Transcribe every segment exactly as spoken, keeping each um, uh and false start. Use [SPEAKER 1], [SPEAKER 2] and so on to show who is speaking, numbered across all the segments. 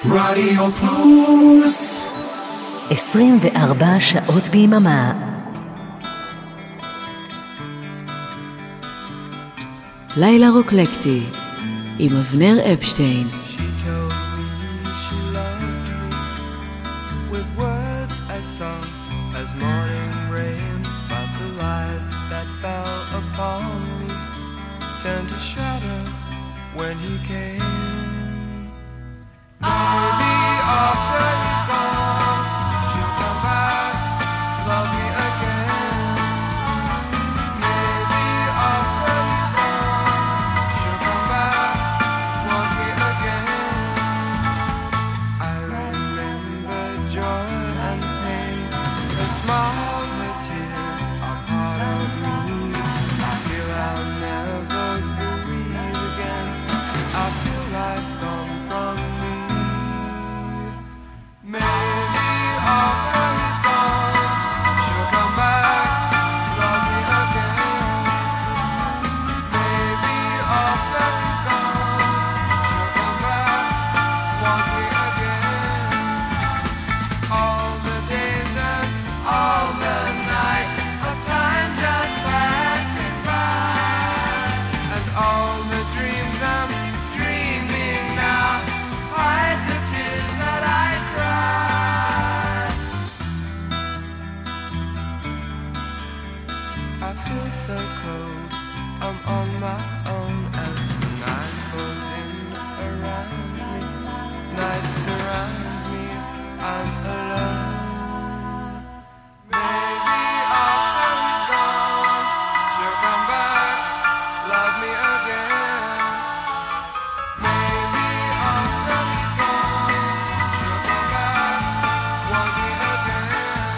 [SPEAKER 1] רדיו פלוס
[SPEAKER 2] עשרים וארבע שעות ביממה. לילה רוקלקטי עם אבנר אפשטיין.
[SPEAKER 3] Turned to shadow when he came. Maybe after he's gone, she'll come back, love me again. Maybe after he's gone, she'll come back, want me again. I remember joy and pain, her smile, her tears are part of me. I feel I'll never life's gone from me. Maybe after he's gone, she'll come back, love me again. Maybe after he's gone, she'll come back, want me again. All the days and all the nights, a time just passing by, and all the dreams I'm so cold, I'm on my own as the night falls in around me. Night surrounds me, I'm alone. Maybe after he's gone, she'll come back, love me again. Maybe after he's gone, she'll come back, want me again.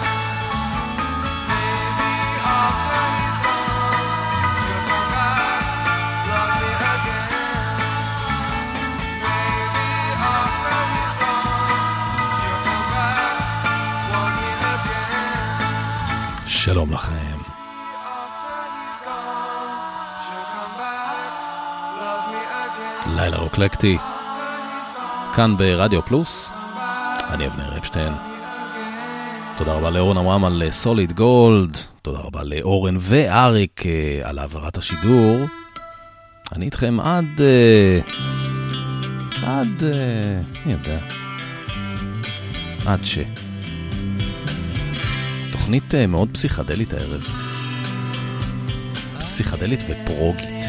[SPEAKER 3] Maybe after he's gone,
[SPEAKER 4] שלום לכם. לילה רוקלקטי כאן ברדיו פלוס. אני אבנר אפשטיין. תודה רבה לאורן אמרם על סוליד גולד. תודה רבה לאורן ואריק על העברת השידור. אני איתכם עד עד אני יודע עד ש תוכנית מאוד פסיכדלית הערב. פסיכדלית ופרוגית.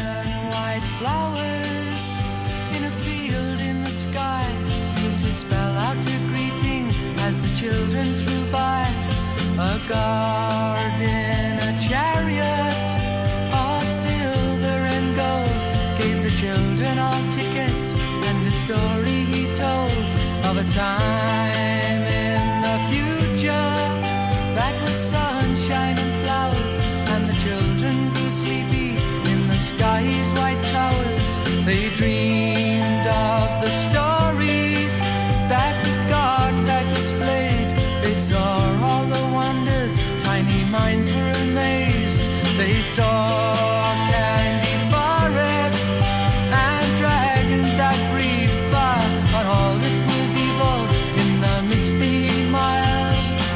[SPEAKER 3] A garden, a chariot of silver and gold gave the children all tickets, and a story he told of a time in the future that was sunshine and flowers, and the children grew sleepy in the sky's white towers. They dreamed of the story that the God had displayed. They saw all the wonders, tiny minds were amazed. They saw candy forests and dragons that breathed fire, and all that was evil in the misty mile.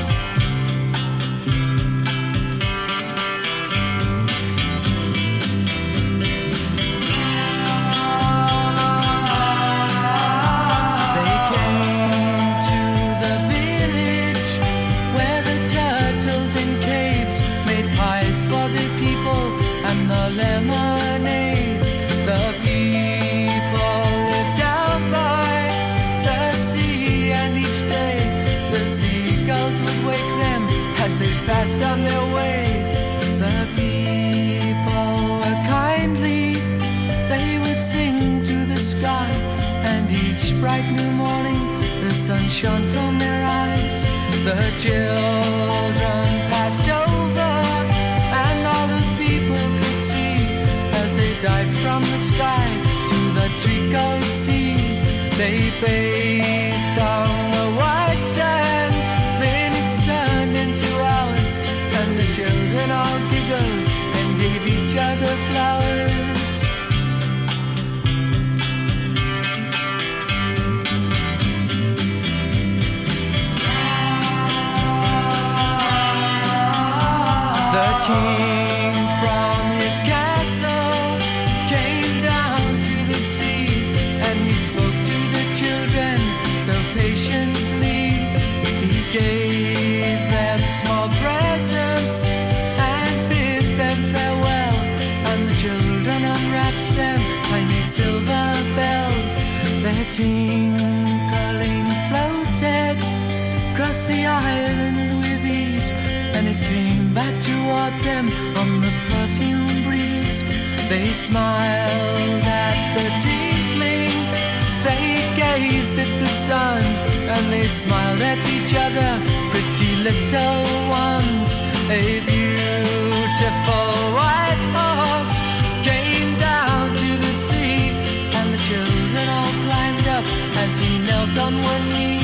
[SPEAKER 3] They came to the village where the turtles in caves made pies for the people and the lemonade. The people lived out by the sea, and each day the seagulls would wake them as they passed on their way. The people were kindly, they would sing to the sky, and each bright new morning the sun shone from their eyes. The children passed over, and all the people could see as they dived from the sky to the treacle sea. They bathed on the white sand, minutes turned into hours, and the children all giggled and gave each other flowers. tinkling floated across the island with ease, and it came back toward them on the perfume breeze. They smiled at the tinkling, they gazed at the sun, and they smiled at each other, pretty little ones. A beautiful white horse came down to the sea, and the children all climbed up as he knelt on one knee.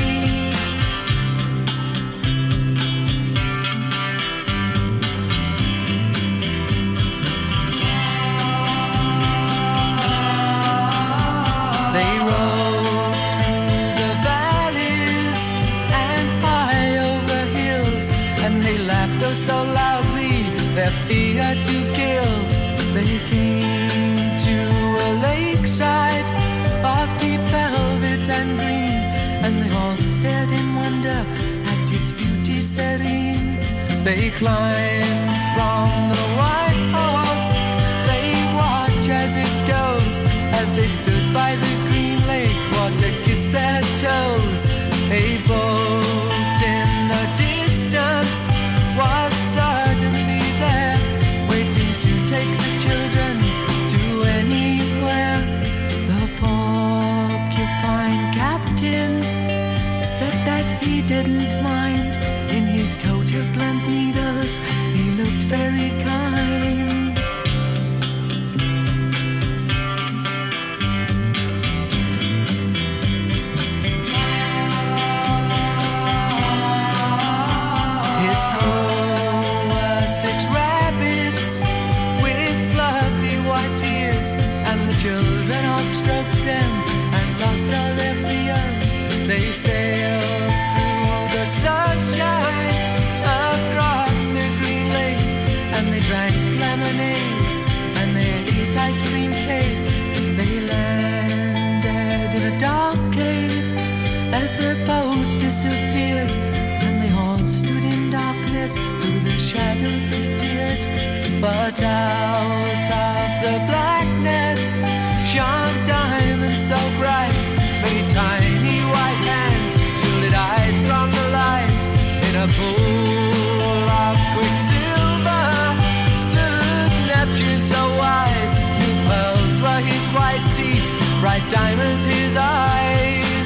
[SPEAKER 3] They rode through the valleys and high over hills, and they laughed oh so loudly their fear to kill. They came to a lakeside of deep velvet and green, and they all stared in wonder at its beauty serene. They climbed from the white horse, they watch as it goes, as they stood by the green lake, water kissed their toes. A boat in the distance was suddenly there, waiting to take the children to anywhere. The porcupine captain said that he didn't mind. In his coat of blunt needles, he looked very kind. His crew were six rabbits with fluffy white ears, and the children all stroked them and lost all their fears. They sailed through the sunshine across the green lake, and they drank lemonade and they ate ice cream cake. They landed in a dark cave as the boat disappeared, and they all stood in darkness, through the shadows they peered. But out of the blackness shone diamonds so bright, many tiny white hands shielded eyes from the light. In a pool of quicksilver stood Neptune so wise, new pearls were his white teeth, bright diamonds his eyes.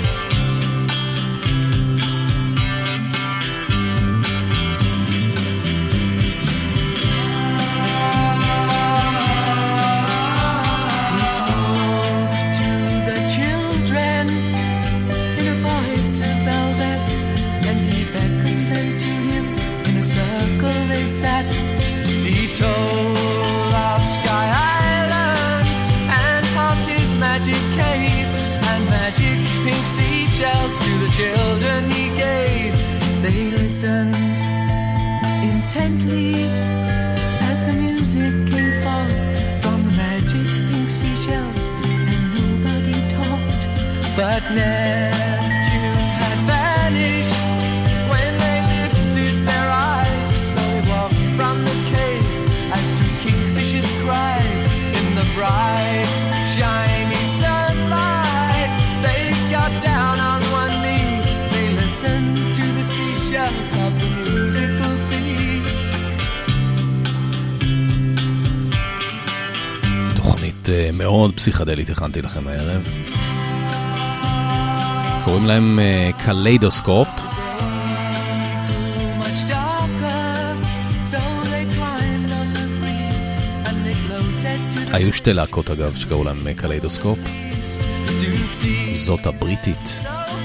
[SPEAKER 3] He told of Sky Island and of his magic cave, and magic pink seashells to the children he gave. They listened intently as the music came forth from the magic pink seashells, and nobody talked. But Neptune had vanished when they lifted their eyes, so they walked from the cave as two kingfishers cried in the bright, shiny sunlight. They got down on one knee, they listened to the seashells of the musical sea.
[SPEAKER 4] תוכנית מאוד פסיכדלית הכנתי לכם הערב. קוראים להם קליידוסקופ. היו שתי להקות אגב שקראו להם קליידוסקופ. זאת הבריטית.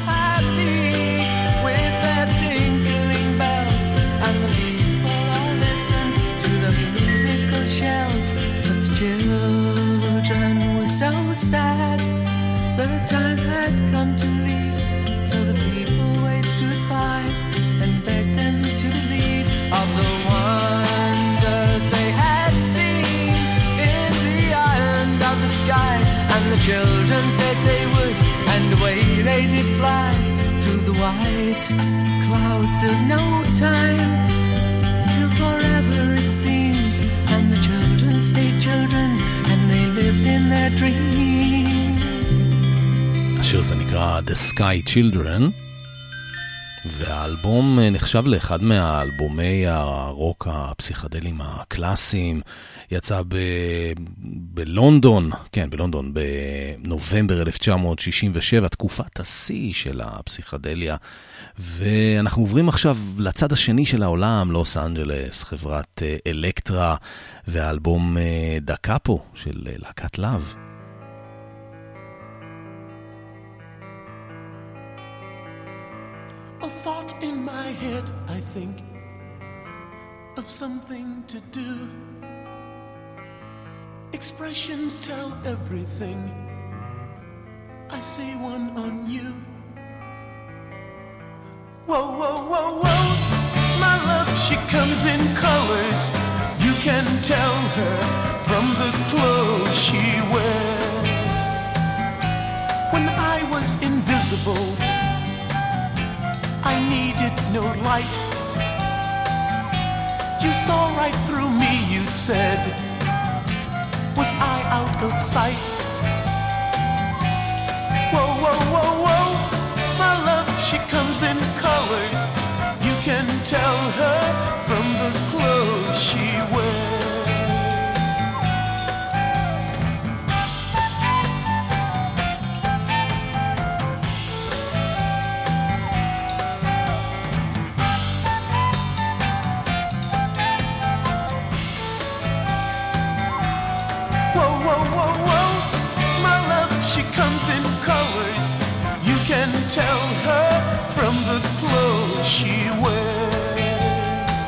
[SPEAKER 3] The time had come to leave, so the people waved goodbye and begged them to believe of the wonders they had seen in the island of the sky. And the children said they would, and away they did fly through the white clouds of no time, till forever it seems. And the children stayed children, and they lived in their dreams.
[SPEAKER 4] השיר הזה נקרא The Sky Children, והאלבום נחשב לאחד מהאלבומי הרוק הפסיכדליים הקלאסיים. יצא ב... בלונדון, כן, בלונדון, בנובמבר אלף תשע מאות שישים ושבע, תקופת השיא של הפסיכדליה. ואנחנו עוברים עכשיו לצד השני של העולם, לוס אנג'לס, חברת אלקטרה, והאלבום דה קאפו של להקת לב.
[SPEAKER 5] A thought in my head, I think, of something to do. Expressions tell everything. I see one on you. Whoa, whoa, whoa, whoa. My love, she comes in colors. You can tell her from the clothes she wears. When I was invisible, I needed no light. You saw right through me, you said. Was I out of sight? Whoa, whoa, whoa, whoa. My love, she comes in colors. You can tell her from the clothes she wears. She comes in colors. You can tell her from the clothes she wears.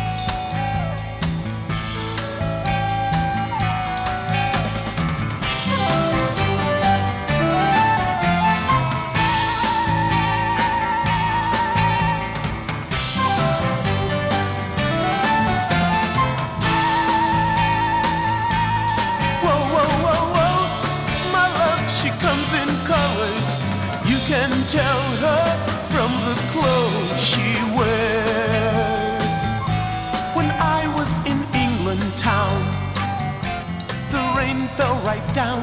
[SPEAKER 5] Whoa, whoa, whoa, whoa. My love, she comes in colors. You can tell her from the clothes she wears. When I was in England town, the rain fell right down.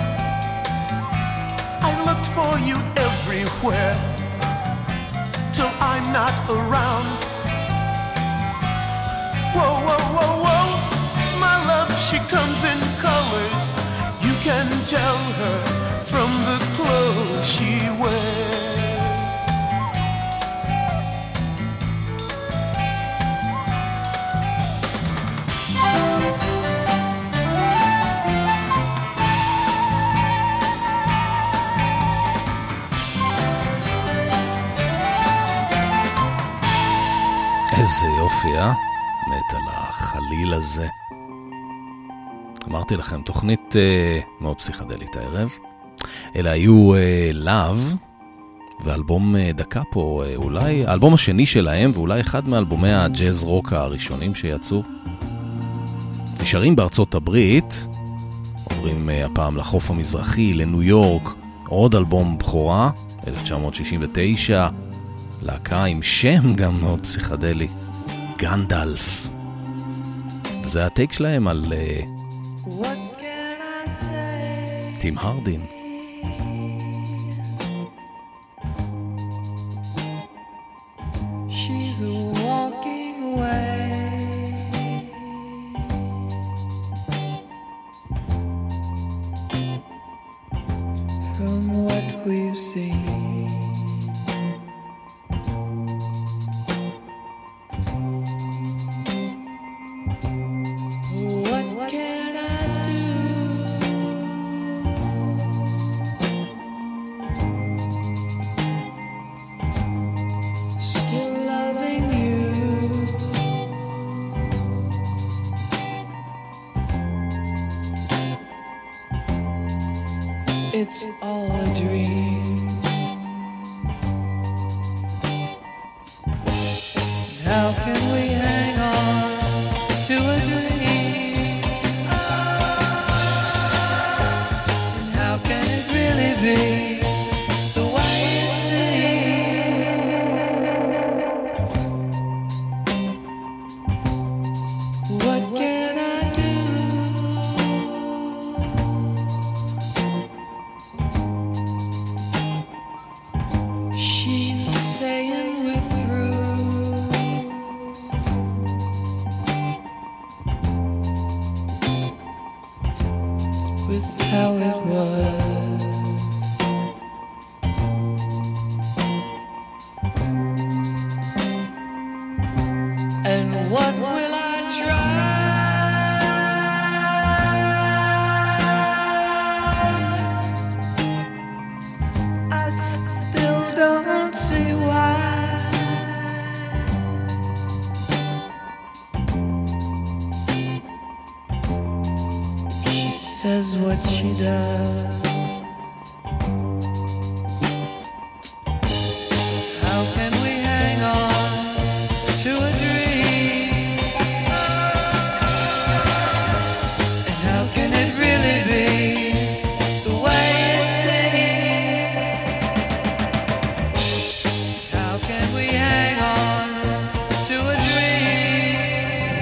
[SPEAKER 5] I looked for you everywhere till I'm not around. Whoa, whoa, whoa, whoa. My love, she comes in colors. You can tell her from the clothes she wears.
[SPEAKER 4] איזה יופי, אה? מת על החליל הזה. אמרתי לכם, תוכנית אה, מאוד פסיכדלית הערב. אלה היו אה, לב, ואלבום אה, דה קאפו, אה, אולי האלבום השני שלהם, ואולי אחד מאלבומי הג'אז רוק הראשונים שיצאו. נשארים בארצות הברית, עוברים אה, הפעם לחוף המזרחי, לניו יורק, עוד אלבום בכורה, אלף תשע מאות שישים ותשע, להקה עם שם גם מאוד פסיכדלי, גנדלף. וזה הטייק שלהם על אה, טים הרדין.
[SPEAKER 3] She's walking away. From what we've seen. What can I do? Still loving you. It's all a dream. How can we hang on to a dream? And how can it really be the way it seems? What can I do? says what she does. How can we hang on to a dream? And how can it really be the way it seems? How can we hang on to a dream?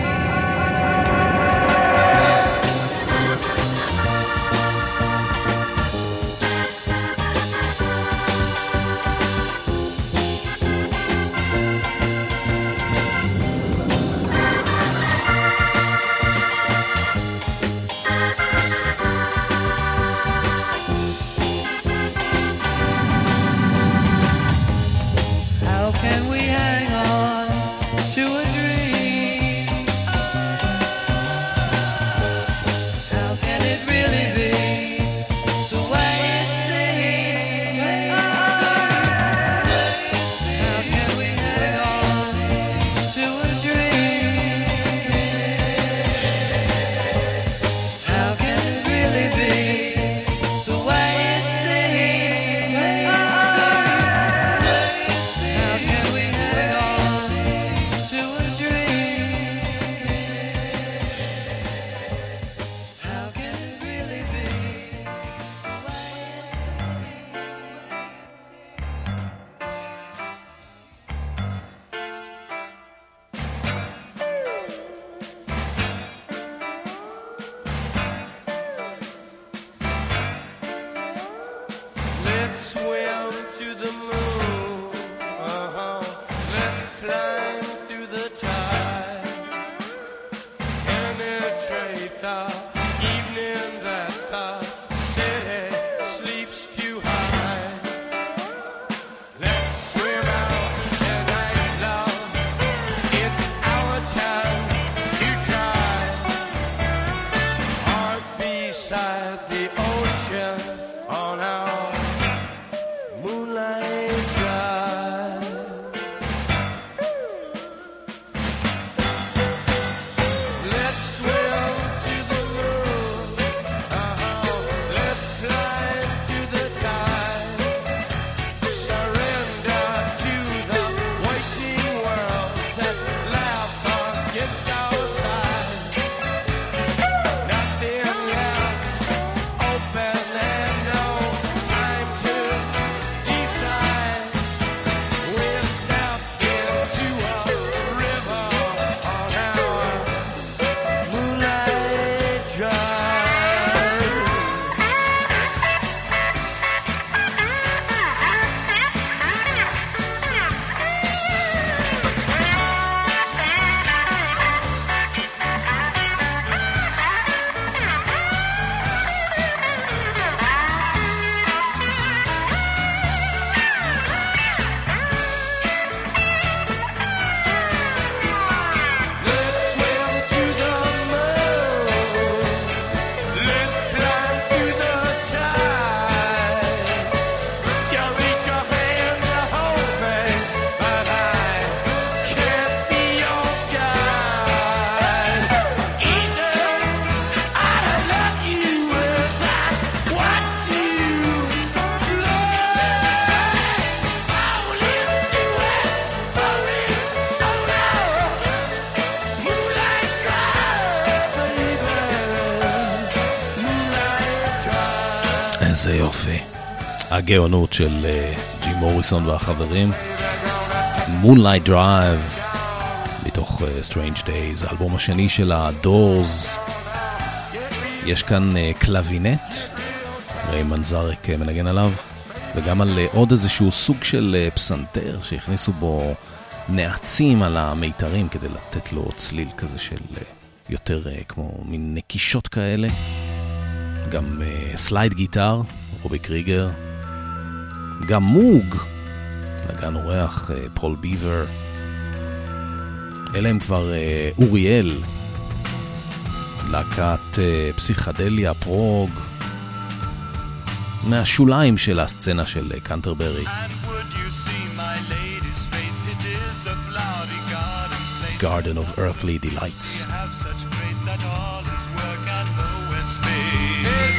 [SPEAKER 3] How can we hang on to a dream? How can it really be the way it seems? How can we hang on to a dream? How can it really be the way it seems? How can we hang on to a dream? How can it really be the way
[SPEAKER 5] Let's swim to the moon. Uh-huh. Let's climb through the tide. Penetrate the evening that the city sleeps too high. Let's swim out tonight, love. It's our time to try. Heart beside the ocean on our moonlight drive. Let's swim to the moon. Uh-huh. Let's climb to the tide. Surrender to the waiting worlds that laugh against our side. Nothing left open and no time to decide. We'll step into a river on our moonlight drive. Let's swim to the moon. Let's climb through the tide. You reach your hand to hold me, but I can't be your guide. Easy, I love you as I watch you glide. I'll lift you up, oh no. Moonlight drive, baby. Moonlight drive.
[SPEAKER 4] איזה יופי. הגאונות של אה, ג'ים מוריסון והחברים. Moonlight Drive, מתוך אה, Strange Days, האלבום השני של הדורס. יש כאן אה, קלבינט, ריי מנזרק אה, מנגן עליו, וגם על אה, עוד איזשהו סוג של אה, פסנתר שהכניסו בו נעצים על המיתרים כדי לתת לו צליל כזה של אה, יותר אה, כמו מין נקישות כאלה. גם אה, סלייד גיטר, רובי קריגר, גם מוג, נגן אורח, אה, פול ביבר. אלה הם כבר אה, אוריאל, להקת אה, פסיכדליה, פרוג, מהשוליים של הסצנה של אה, קנטרברי. Garden of Earthly Delights.
[SPEAKER 5] Hey,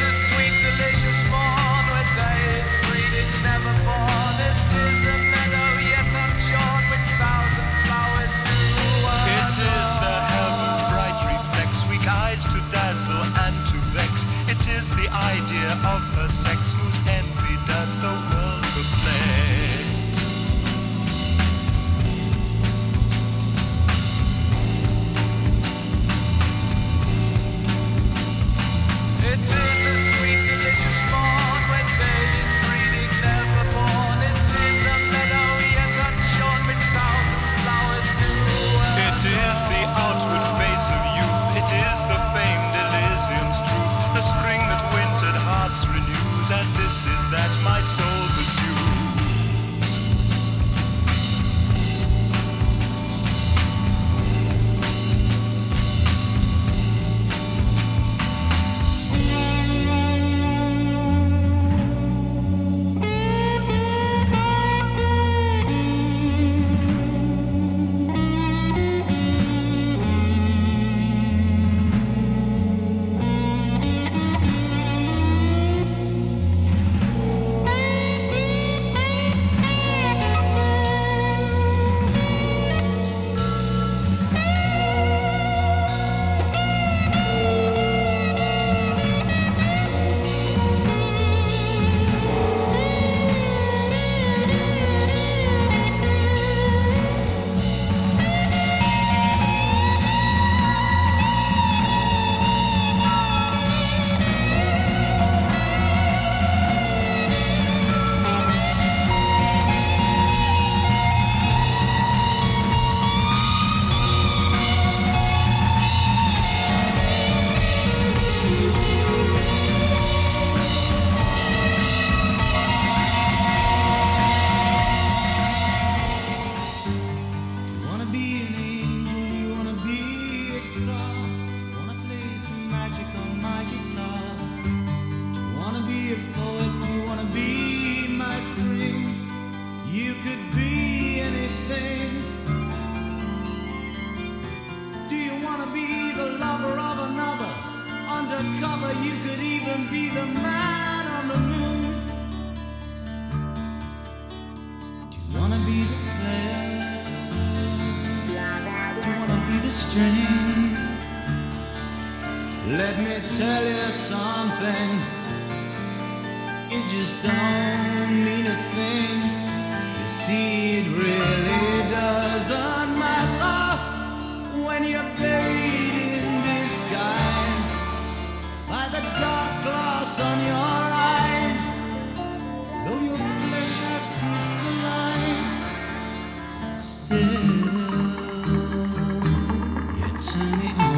[SPEAKER 6] string. Let me tell you something, it just don't mean a thing. You see, it really doesn't matter when you're buried in disguise by the dark glass on your eyes. Though your flesh has crystallized, still you turn me on.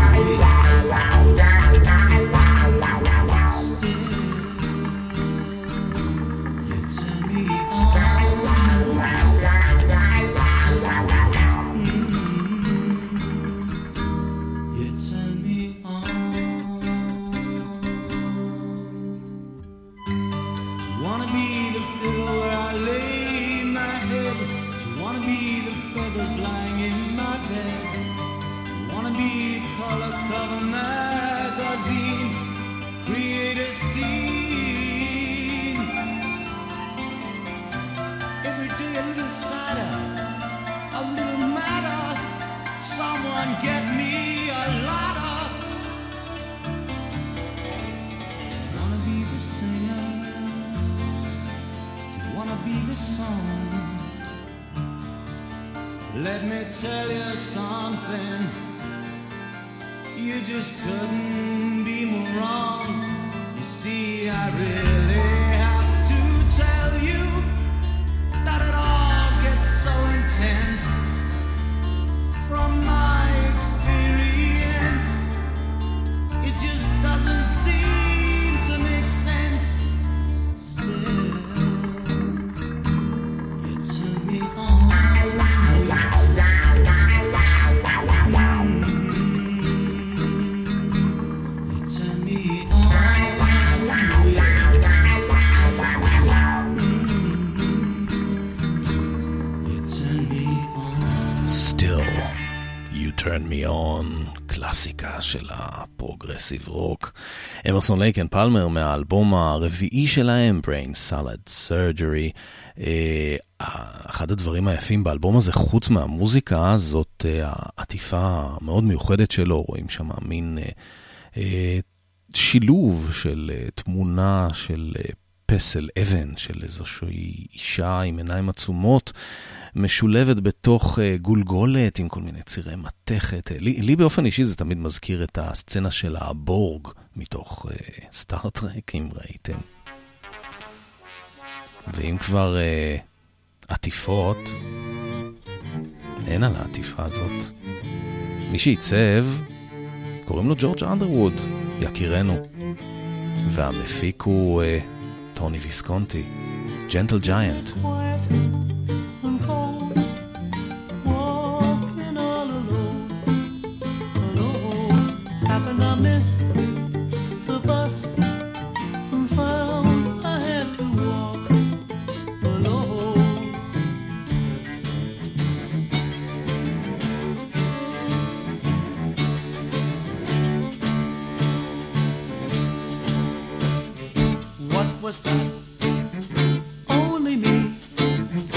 [SPEAKER 6] Let me tell you something, you just couldn't be more wrong. You see, I really have to tell you that it all gets so intense. From my experience, it just doesn't seem to make sense. Still, you turn me on.
[SPEAKER 4] Turn Me On, קלאסיקה של הפרוגרסיב רוק. אמרסון לייק אנד פלמר מהאלבום הרביעי שלהם, Brain Salad Surgery. אחד הדברים היפים באלבום הזה, חוץ מהמוזיקה, זאת העטיפה מאוד מיוחדת שלו. רואים שם מין שילוב של תמונה של פסל אבן, של איזושהי אישה עם עיניים עצומות, משולבת בתוך גולגולת עם כל מיני צירי מתכת. לי, לי באופן אישי זה תמיד מזכיר את הסצנה של הבורג מתוך סטאר טרק, אם ראיתם. ואם כבר uh, עטיפות, אין על העטיפה הזאת. מי שעיצב, קוראים לו ג'ורג' אנדרווד, יקירנו. והמפיק הוא uh, טוני ויסקונטי, ג'נטל ג'יינט.
[SPEAKER 6] Was that only me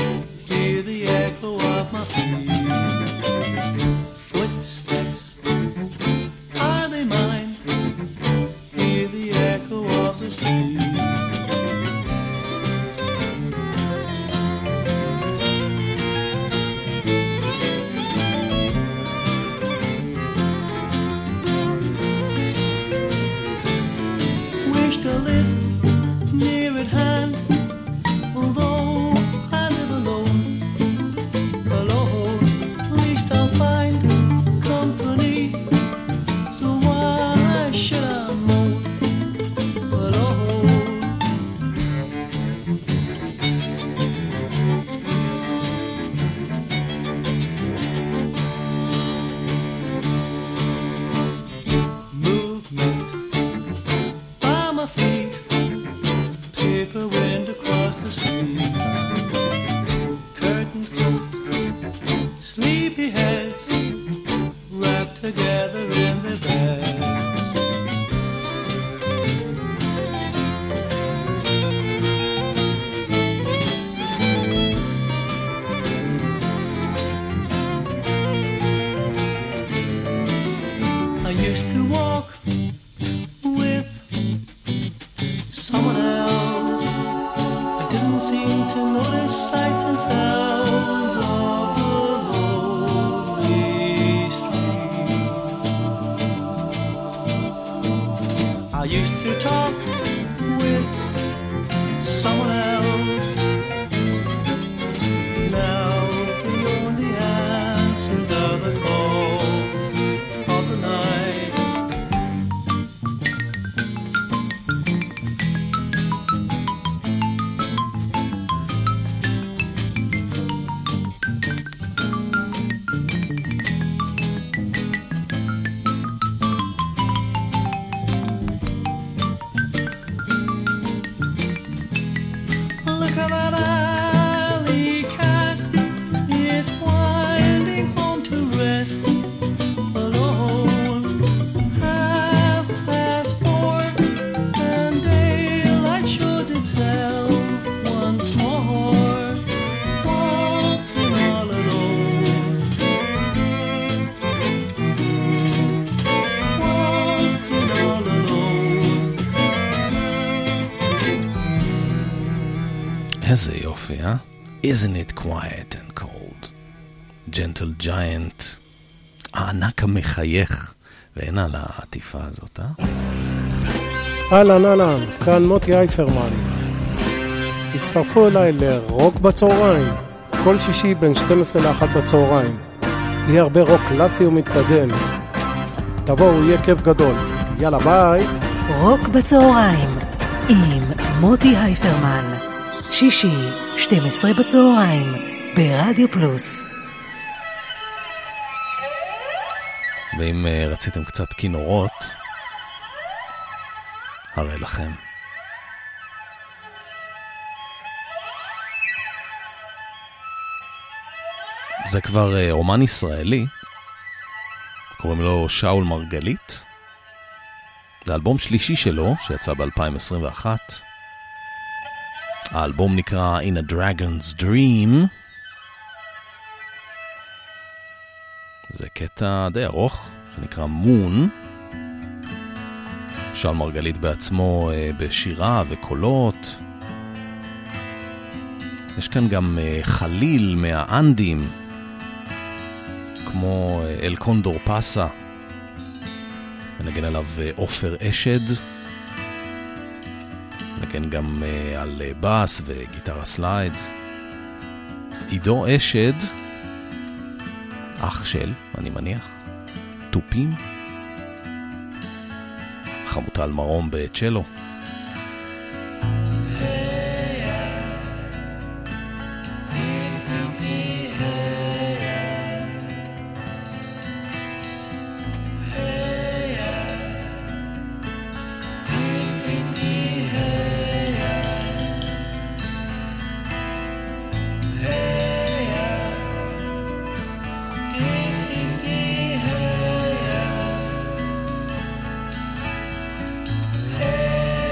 [SPEAKER 6] to notice sights and sounds of the lonely street. I used to talk with someone else. Now the only answers are the calls of the night. Look at that alley cat, it's winding home to rest alone. Half past four, and daylight shows itself once more. Walking all alone, walking all alone.
[SPEAKER 4] איזה יופי, אה? Isn't it quiet and cold? Gentle Giant, הענק המחייך, ואין על העטיפה הזאת, אה?
[SPEAKER 7] אהלן אהלן, כאן מוטי אייפרמן. הצטרפו אליי לרוק בצהריים, כל שישי בין שתים עשרה לאחת בצהריים. יהיה הרבה רוק קלאסי ומתקדם. תבואו, יהיה כיף גדול. יאללה ביי.
[SPEAKER 2] רוק בצהריים עם מוטי הייפרמן, שישי שתים עשרה בצהריים ברדיו פלוס.
[SPEAKER 4] ואם uh, רציתם קצת כינורות, הרי לכם. זה כבר uh, רומן ישראלי, קוראים לו שאול מרגלית. זה אלבום שלישי שלו, שיצא ב-אלפיים עשרים ואחת. האלבום נקרא In a Dragon's Dream. זה קטע די ארוך, שנקרא Moon. שאול מרגלית בעצמו uh, בשירה וקולות. יש כאן גם uh, חליל מהאנדים, כמו uh, אל קונדור פסה. ונגן עליו uh, אופר אשד. נגן גם uh, על uh, בס וגיטרה סלייד. עידו אשד, אח של, אני מניח, טופים. חמוטל מרום בצ'לו.
[SPEAKER 6] Hey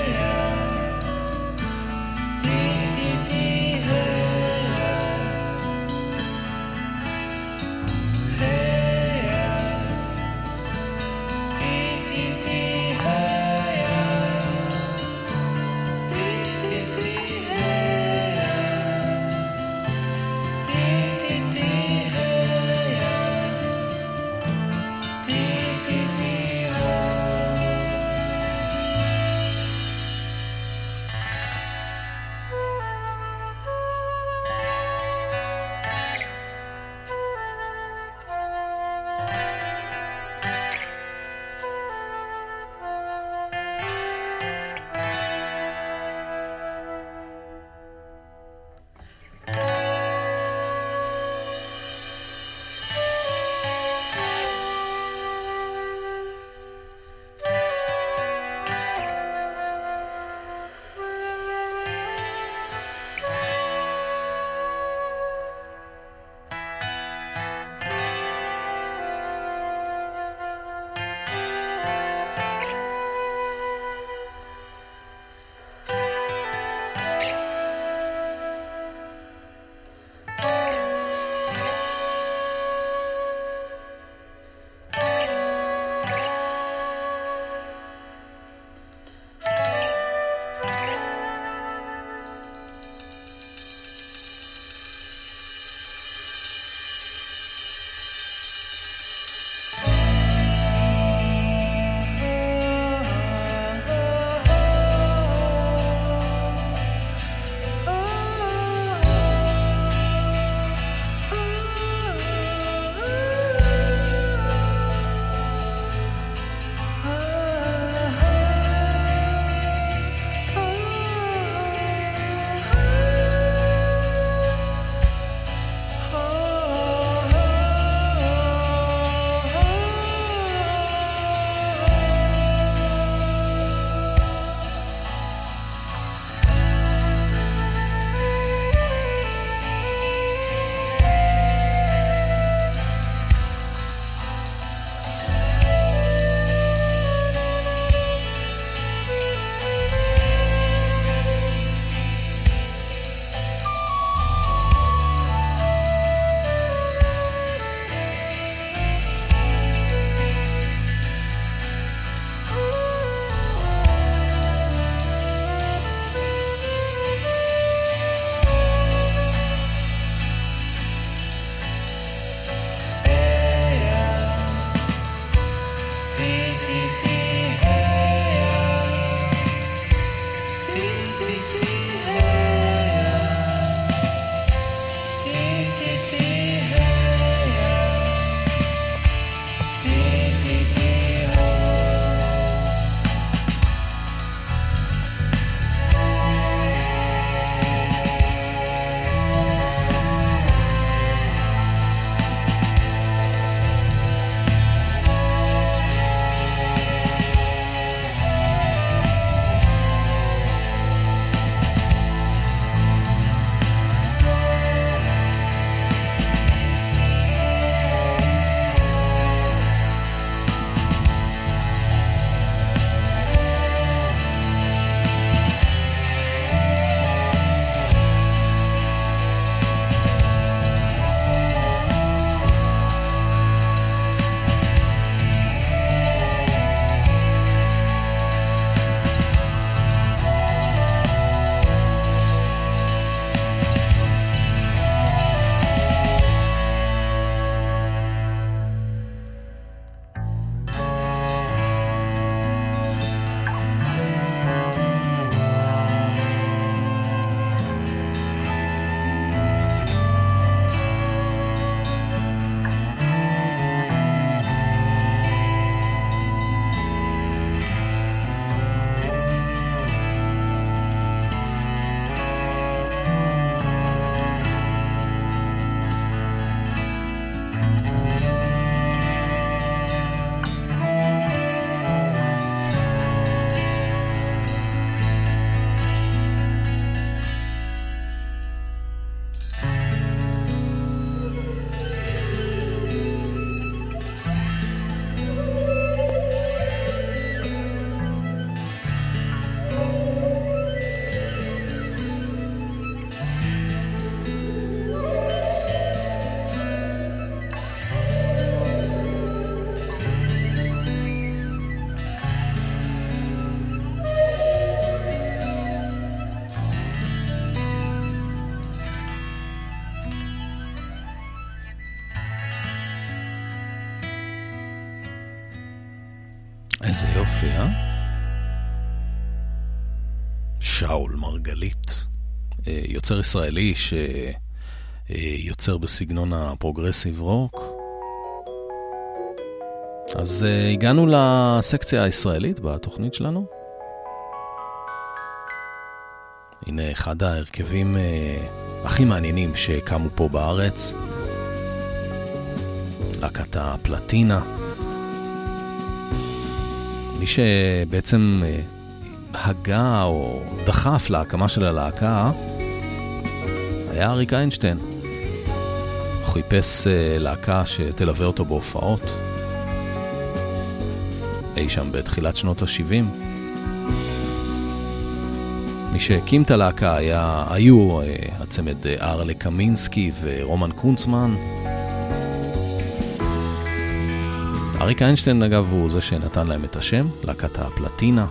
[SPEAKER 4] איזה יופי, אה? שאול מרגלית, יוצר ישראלי שיוצר בסגנון הפרוגרסיב רוק. אז הגענו לסקציה הישראלית בתוכנית שלנו. הנה אחד ההרכבים הכי מעניינים שקמו פה בארץ, להקת הפלטינה. מי שבעצם הגה או דחף להקמה של הלהקה היה אריק איינשטיין. הוא חיפש להקה שתלווה אותו בהופעות אי שם בתחילת שנות ה-שבעים. מי שהקים את הלהקה היה, היו הצמד ארלה קמינסקי ורומן קונצמן. אריק איינשטיין אגב הוא זה שנתן להם את השם, להקת הפלטינה.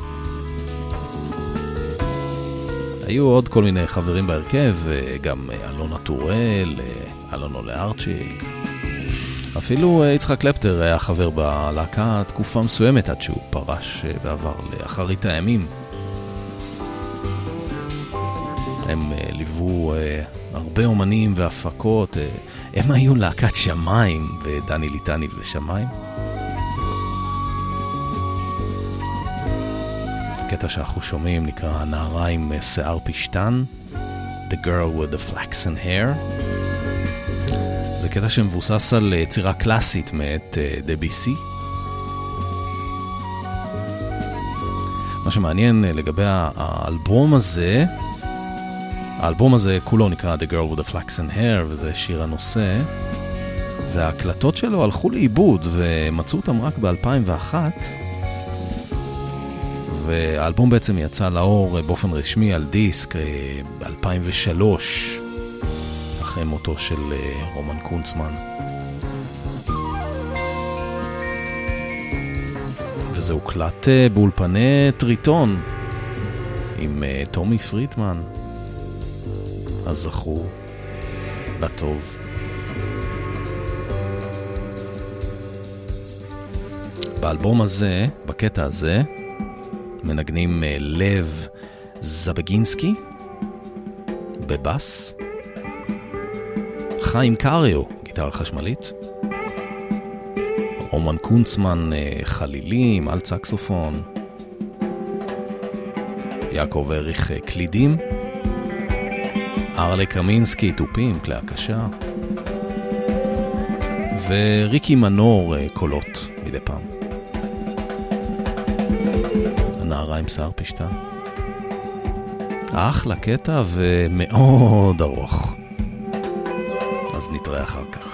[SPEAKER 4] היו עוד כל מיני חברים בהרכב, גם אלונה טורל, אלונו לארצ'יק. אפילו יצחק קלפטר היה חבר בלהקה תקופה מסוימת עד שהוא פרש ועבר לאחרית הימים. הם ליוו הרבה אומנים והפקות. הם היו להקת שמיים, ודני ליטני ושמיים. הקטע שאנחנו שומעים נקרא נערה עם שיער פשטן, The Girl with the Flaxen Hair. זה קטע שמבוסס על יצירה קלאסית מאת דביסי. מה שמעניין לגבי האלבום הזה, האלבום הזה כולו נקרא The Girl with the Flaxen Hair, וזה שיר הנושא, וההקלטות שלו הלכו לאיבוד ומצאו אותם רק ב-אלפיים ואחת, והאלבום בעצם יצא לאור באופן רשמי על דיסק ב-אלפיים ושלוש, אחרי מותו של רומן קונצמן. וזה הוקלט באולפני טריטון עם טומי פרידמן, אז זכו לטוב. באלבום הזה, בקטע הזה, מנגנים לב זבגינסקי בבאס, חיים קריו גיטרה חשמלית, רומן קונצמן חלילים על סקסופון, יעקב אריך קלידים, ארלה קמינסקי טופים, כלי הקשה, וריקי מנור קולות מדי פעם. הנערה עם שיער פשטן. אחלה קטע ומאוד ארוך. אז נתראה אחר כך.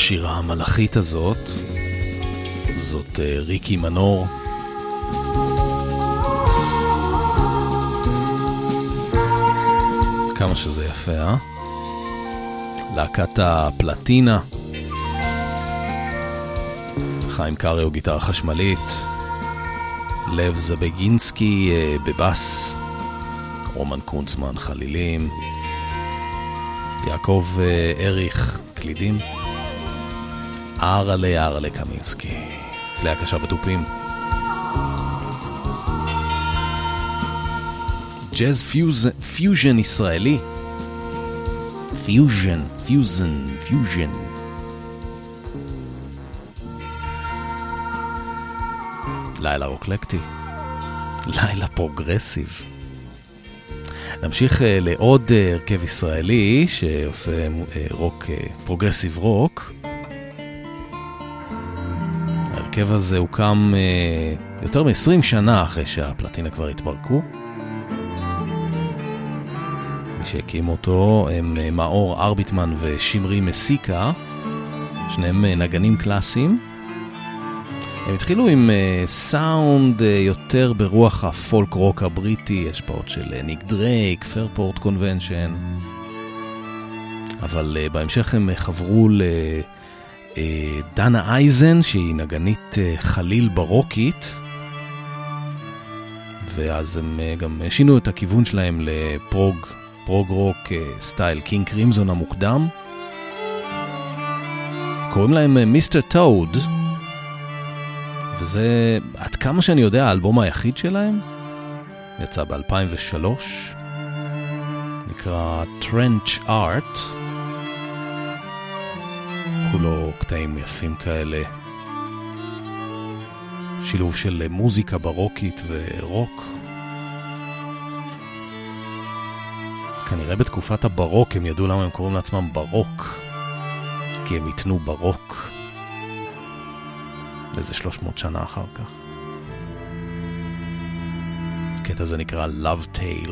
[SPEAKER 4] השירה המלאכית הזאת, זאת ריקי מנור. כמה שזה יפה, אה? להקת הפלטינה, חיים קריו גיטרה חשמלית, לב זבגינסקי בבס, רומן קונצמן חלילים, יעקב אריך קלידים, ארלה ארלה קמינסקי כלי הקשה וטופים. ג'אז פיוז, פיוז'ן ישראלי, פיוז'ן, פיוז'ן, פיוז'ן. לילה רוקלקטי, לילה פרוגרסיב. נמשיך לעוד הרכב ישראלי שעושה רוק, פרוגרסיב רוק. ההרכב הזה הוקם יותר מ-עשרים שנה אחרי שהפלטינה כבר התפרקו. מי שהקים אותו הם מאור ארביטמן ושמרי מסיקה, שניהם נגנים קלאסיים. הם התחילו עם uh, סאונד uh, יותר ברוח הפולק רוק הבריטי, השפעות של ניק דרייק, פרפורט קונבנשן. אבל uh, בהמשך הם חברו לדנה uh, אייזן, שהיא נגנית uh, חליל ברוקית. ואז הם uh, גם שינו את הכיוון שלהם לפרוג, פרוג רוק uh, סטייל קינג קרימזון המוקדם. קוראים להם uh, מיסטר טוד. וזה, עד כמה שאני יודע, האלבום היחיד שלהם יצא ב-אלפיים ושלוש, נקרא Trench Art, כולו קטעים יפים כאלה, שילוב של מוזיקה ברוקית ורוק. כנראה בתקופת הברוק הם ידעו למה הם קוראים לעצמם ברוק, כי הם יתנו ברוק איזה שלוש מאות שנה אחר כך. הקטע הזה נקרא Love Tale.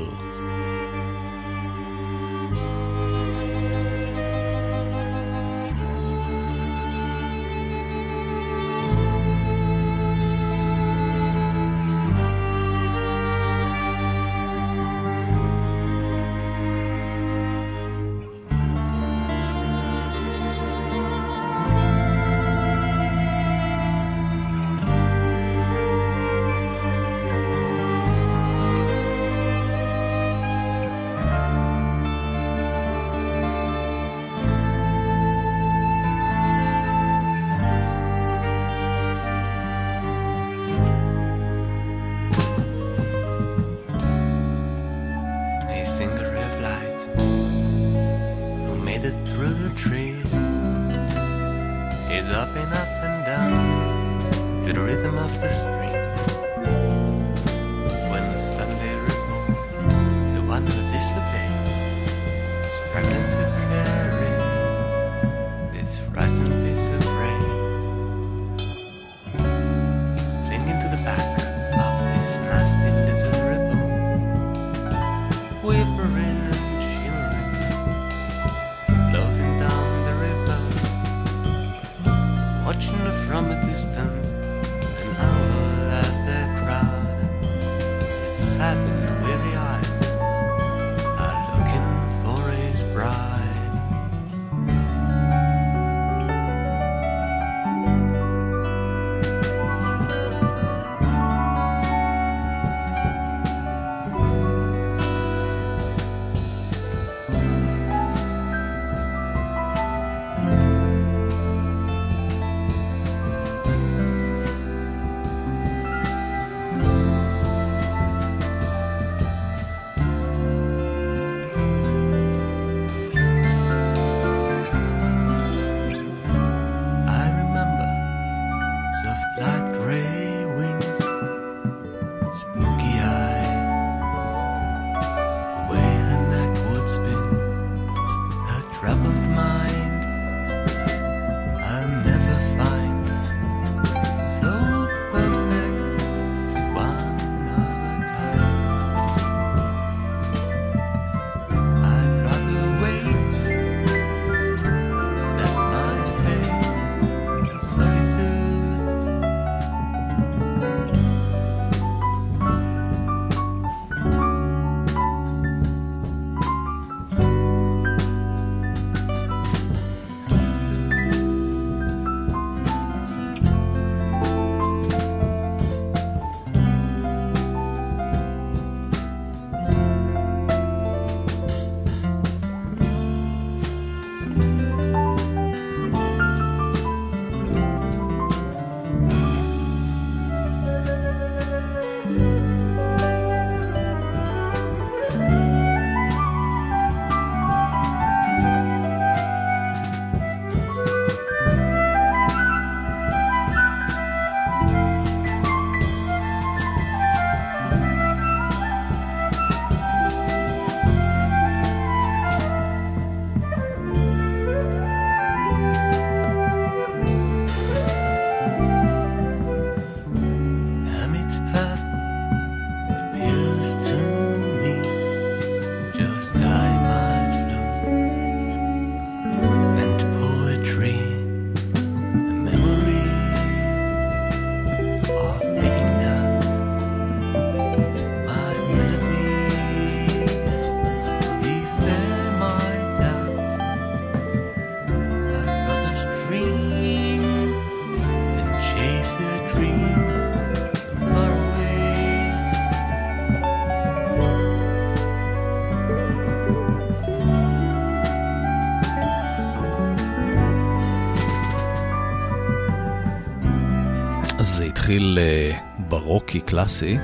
[SPEAKER 4] הכל ברוקי קלאסי,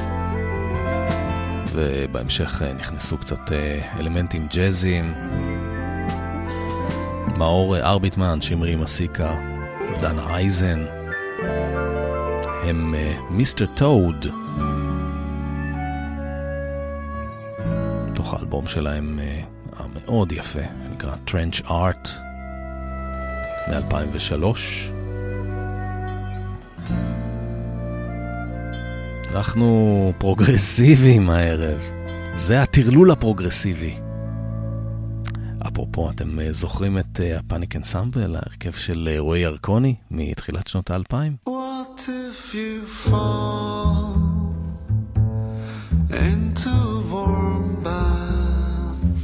[SPEAKER 4] ובהמשך נכנסו קצת אלמנטים ג'אזיים. מאור ארביטמן, שמרי מסיקה, דן אייזן, הם מיסטר טוד, תוך האלבום שלהם המאוד יפה, נקרא Trench Art מ-אלפיים ושלוש. אנחנו פרוגרסיביים הערב, זה הטרלול הפרוגרסיבי. אפרופו, אתם זוכרים את הפאניק אנסמבל, ההרכב של רועי ירקוני מתחילת שנות האלפיים?
[SPEAKER 8] What if you fall into a warm bath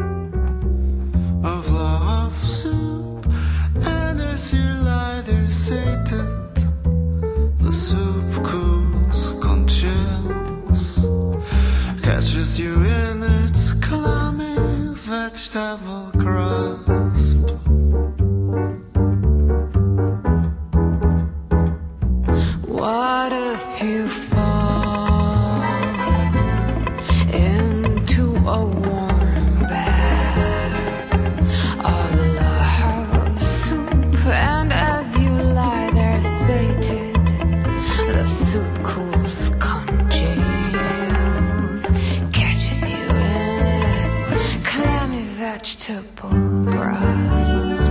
[SPEAKER 8] of love soup, and as you lie there sated, the soup cools, congeals, catches you in its clammy vegetable grasp.
[SPEAKER 9] What if you fall into a warm bath of love soup, and as you lie there sated, the soup cools, congeals, catches you in its clammy vegetable grasp.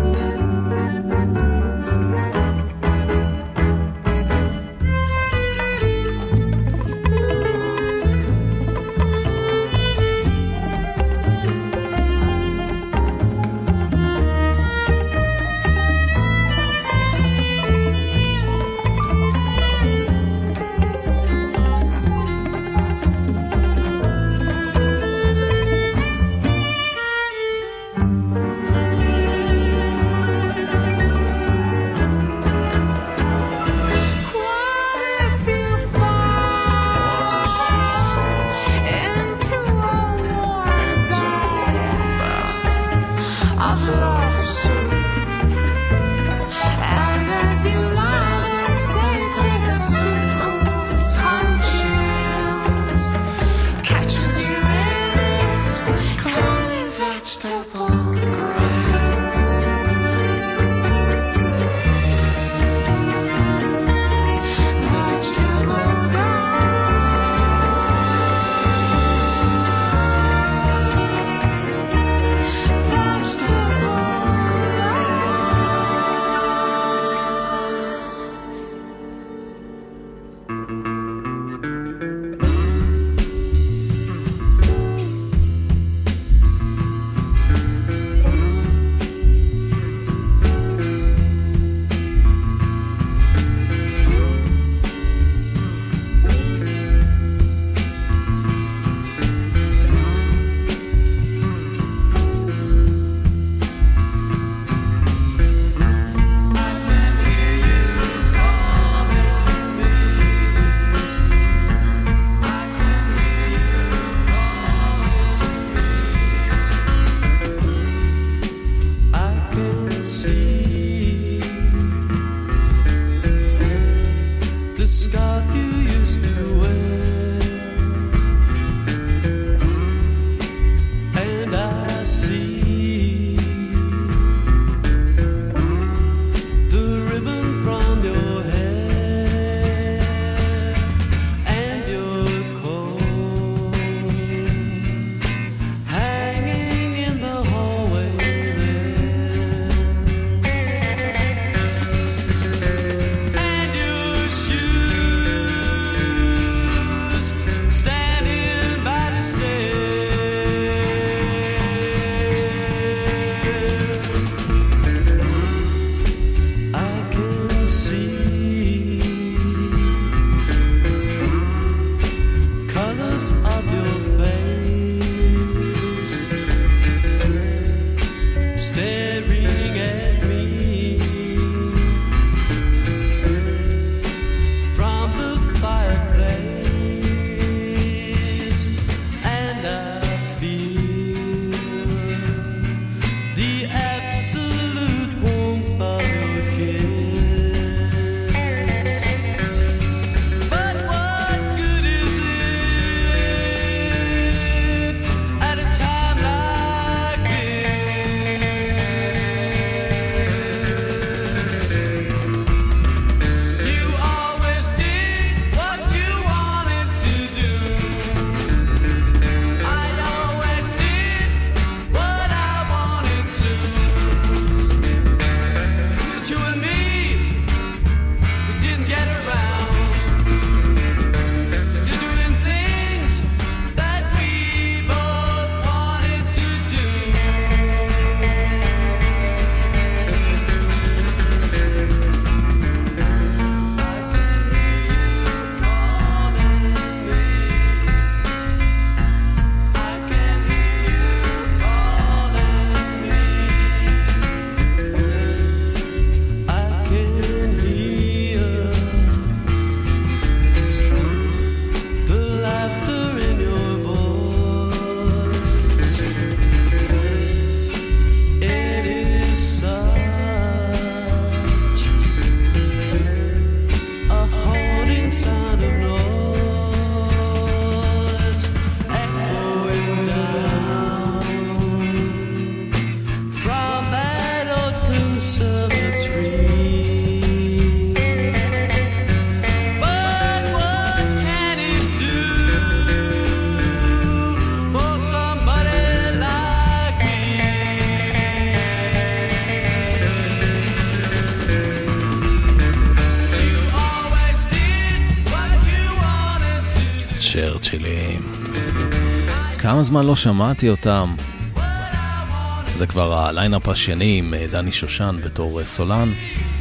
[SPEAKER 4] צ'רצ'ילים. כמה זמן לא שמעתי אותם. זה כבר הליינאפ השני עם דני שושן בתור סולן.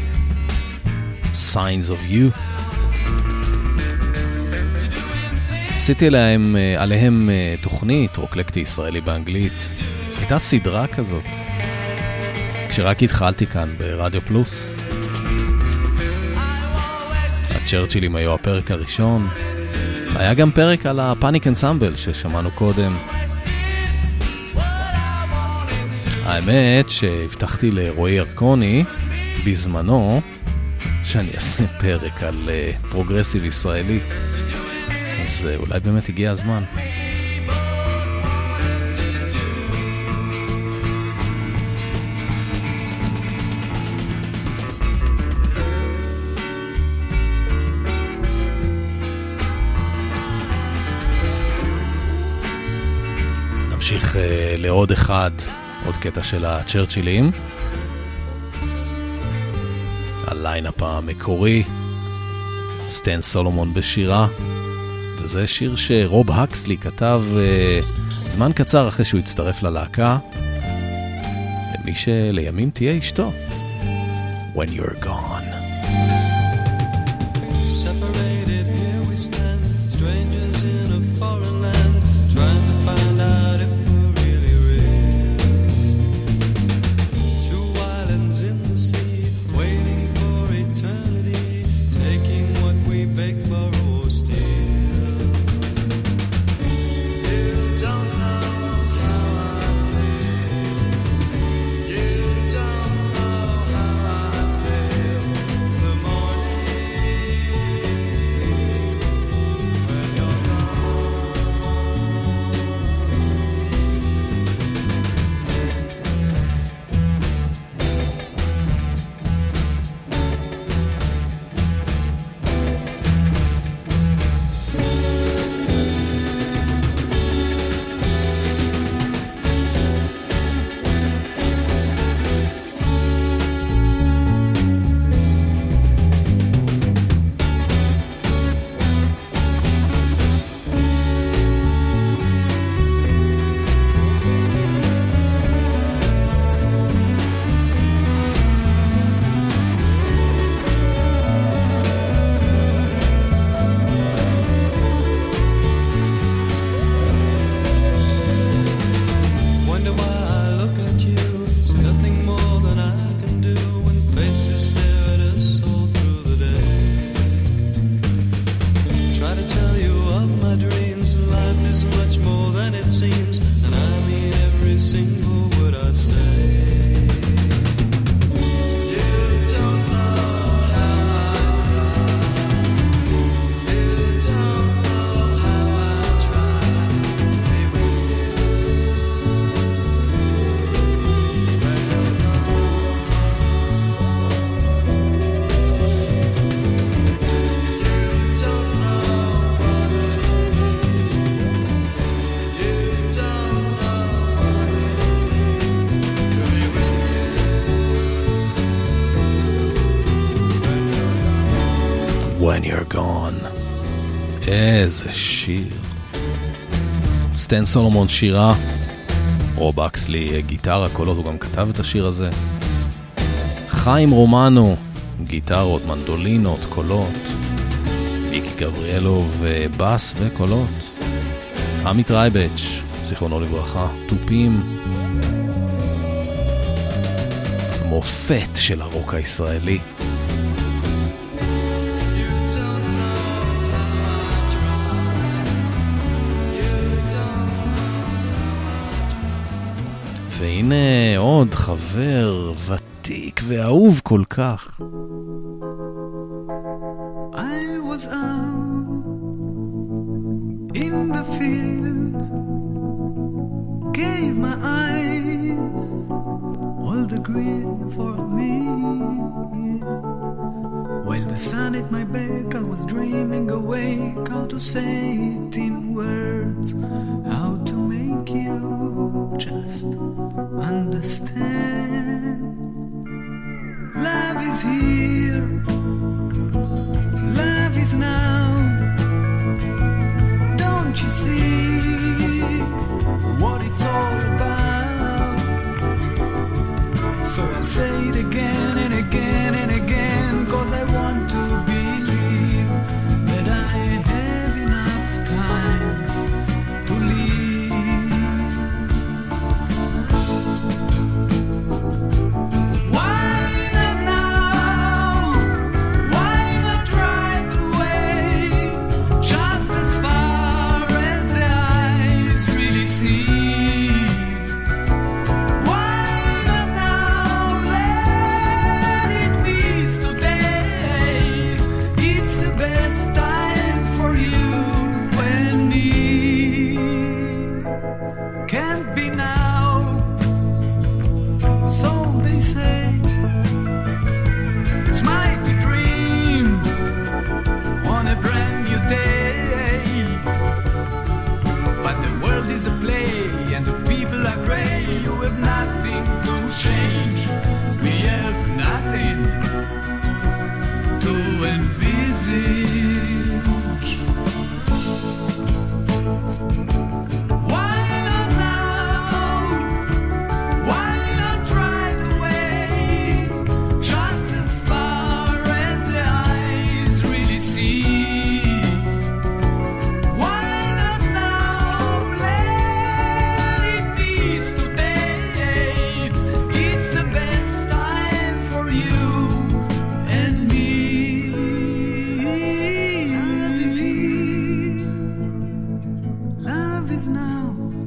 [SPEAKER 4] Signs of You. עשיתי להם, עליהם תוכנית, רוקלקטי ישראלי באנגלית. הייתה סדרה כזאת. כשרק התחלתי כאן ברדיו פלוס. הצ'רצ'ילים היו הפרק הראשון. היה גם פרק על הפאניק אנסמבל ששמענו קודם. האמת שהבטחתי לרועי ירקוני בזמנו שאני אעשה פרק על uh, פרוגרסיב ישראלי, אז uh, אולי באמת הגיע הזמן. נמשיך uh, לעוד אחד, עוד קטע של הצ'רצ'ילים. הליינאפ המקורי, סטן סולומון בשירה, וזה שיר שרוב הקסלי כתב uh, זמן קצר אחרי שהוא הצטרף ללהקה, למי שלימים תהיה אשתו. When You're Gone.
[SPEAKER 6] Separated here we stand, strangers in a foreign land, trying to find out if we're really real. Two islands in the sea, waiting for eternity, taking what we beg, borrow, steal. You don't know how I feel. You don't know how I feel in the morning when you're gone. Wonder why I look at you. It's nothing more than I can do when faces stare at us all through the day. Try to tell you of my dreams. Life is much more than it seems, and I mean every single word I say. You don't know how I cry. You don't know how I try to be with you.
[SPEAKER 4] When You're Gone. איזה שיר. סטן סולומון שירה, רוב אקסלי גיטרה, קולות, הוא גם כתב את השיר הזה. חיים רומנו, גיטרות, מנדולינות, קולות. מיקי גבריאלוב, בס וקולות. עמית רייבץ', זיכרונו לברכה, טופים. מופת של הרוק הישראלי. והנה עוד חבר ותיק ואהוב כל כך.
[SPEAKER 8] I was out in the field, gave my eyes all the green for me. While the sun at my back, I was dreaming awake how to say it in words, how to make you just understand. Love is here, love is now. can't be now. So they say it's my dream on a brand new day. But the world is a play and the people are grey. You have nothing to change. We have nothing to envisage. Why not now? Why not right away? Just as far as the eyes really see. Why not now? Let it be today. It's the best time for you and me. Love is here. Love is now.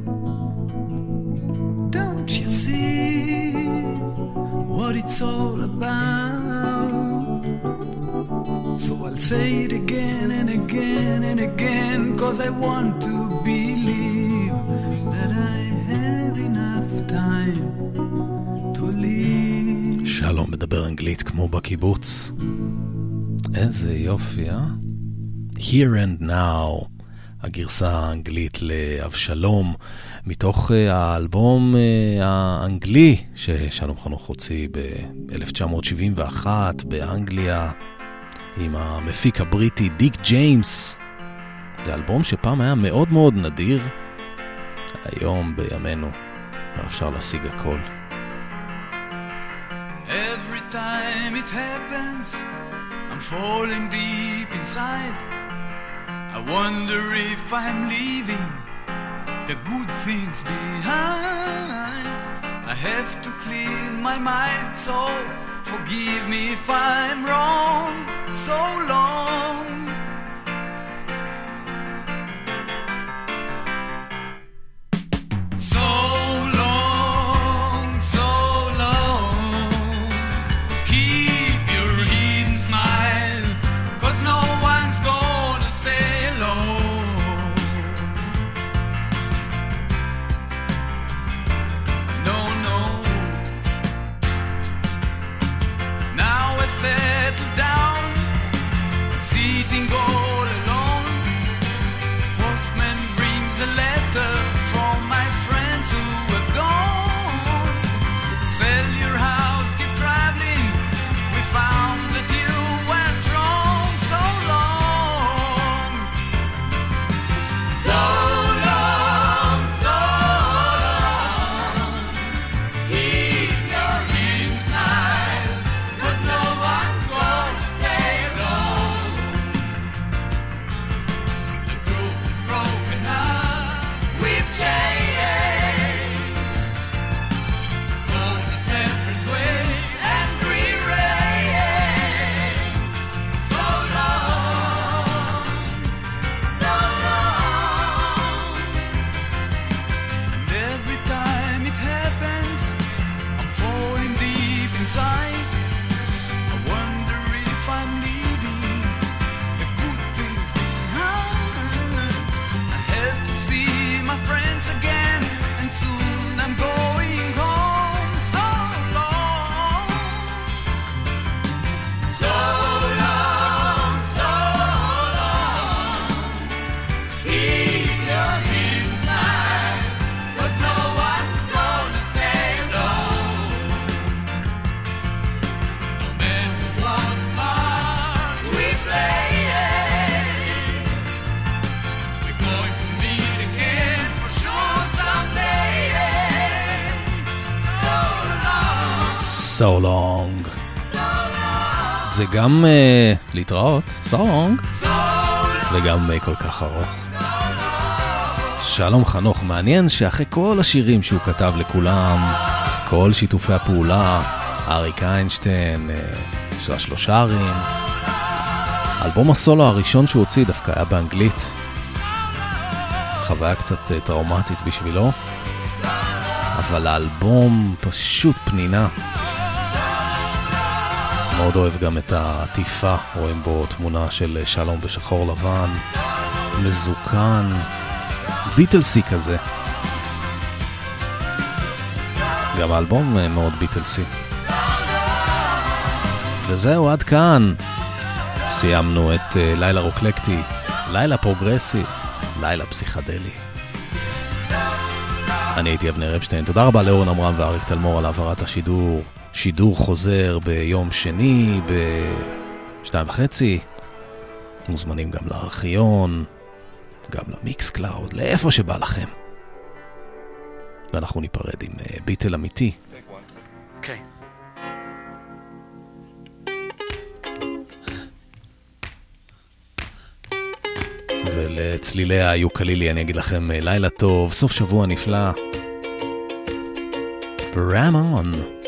[SPEAKER 8] Don't you see what it's all about? So I'll say it again and again and again, 'cause I want to believe that I have enough time to live.
[SPEAKER 4] שלום מדבר אנגלית כמו בקיבוץ. איזה יופי, אה? Here and Now, הגרסה האנגלית לאבשלום, מתוך uh, האלבום uh, האנגלי ששלום חנוך הוציא ב-אלף תשע מאות שבעים ואחת באנגליה, עם המפיק הבריטי דיק ג'יימס. זה אלבום שפעם היה מאוד מאוד נדיר, היום בימינו לא אפשר להשיג הכל.
[SPEAKER 8] Every time it happens, I'm falling deep inside. I wonder if I'm leaving the good things behind. I have to clean my mind, so forgive me if I'm wrong. So long. So long, so long. Keep your hidden smile, 'cause no one's gonna stay alone. No, no. Now I've settled down, sitting all alone. Postman brings a letter from my friends who have gone. Sell your house, keep traveling. We found that you went wrong. So long. So long, so long. Keep your hidden smile, 'cause no one's gonna stay alone. The group is broken up, we've changed. Gone a separate way and rearranged. So long, so long. And every time it happens, I'm falling deep inside. I wonder if I'm leaving the good things behind. I have to see my friends again, and soon I'm going home. So long, so long, so long. Keep your hidden smile, 'cause no one's gonna stay alone. No matter what part we play, we're going to meet again for sure someday. So long,
[SPEAKER 4] So long. זה גם uh, להתראות, so long,
[SPEAKER 8] so long,
[SPEAKER 4] וגם uh, כל כך ארוך. שלום חנוך, מעניין שאחרי כל השירים שהוא כתב לכולם, כל שיתופי הפעולה, אריק איינשטיין, uh, יש לה שלושה ערים, אלבום הסולו הראשון שהוא הוציא דווקא היה באנגלית, חוויה קצת uh, טראומטית בשבילו, אבל האלבום פשוט פנינה. מאוד אוהב גם את העטיפה, רואים בו תמונה של שלום בשחור לבן, מזוקן, ביטלסי כזה. גם האלבום מאוד ביטלסי. וזהו, עד כאן. סיימנו את לילה רוקלקטי, לילה פרוגרסי, לילה פסיכדלי. אני הייתי אבנר אפשטיין. תודה רבה לאורן עמרם ואריק תלמור על העברת השידור. שידור חוזר ביום שני בשתיים וחצי. מוזמנים גם לארכיון, גם למיקס קלאוד, לאיפה שבא לכם. ואנחנו ניפרד עם ביטל אמיתי.
[SPEAKER 10] אוקיי.
[SPEAKER 4] ולצלילי היוקלילי אני אגיד לכם לילה טוב, סוף שבוע נפלא. Ram on.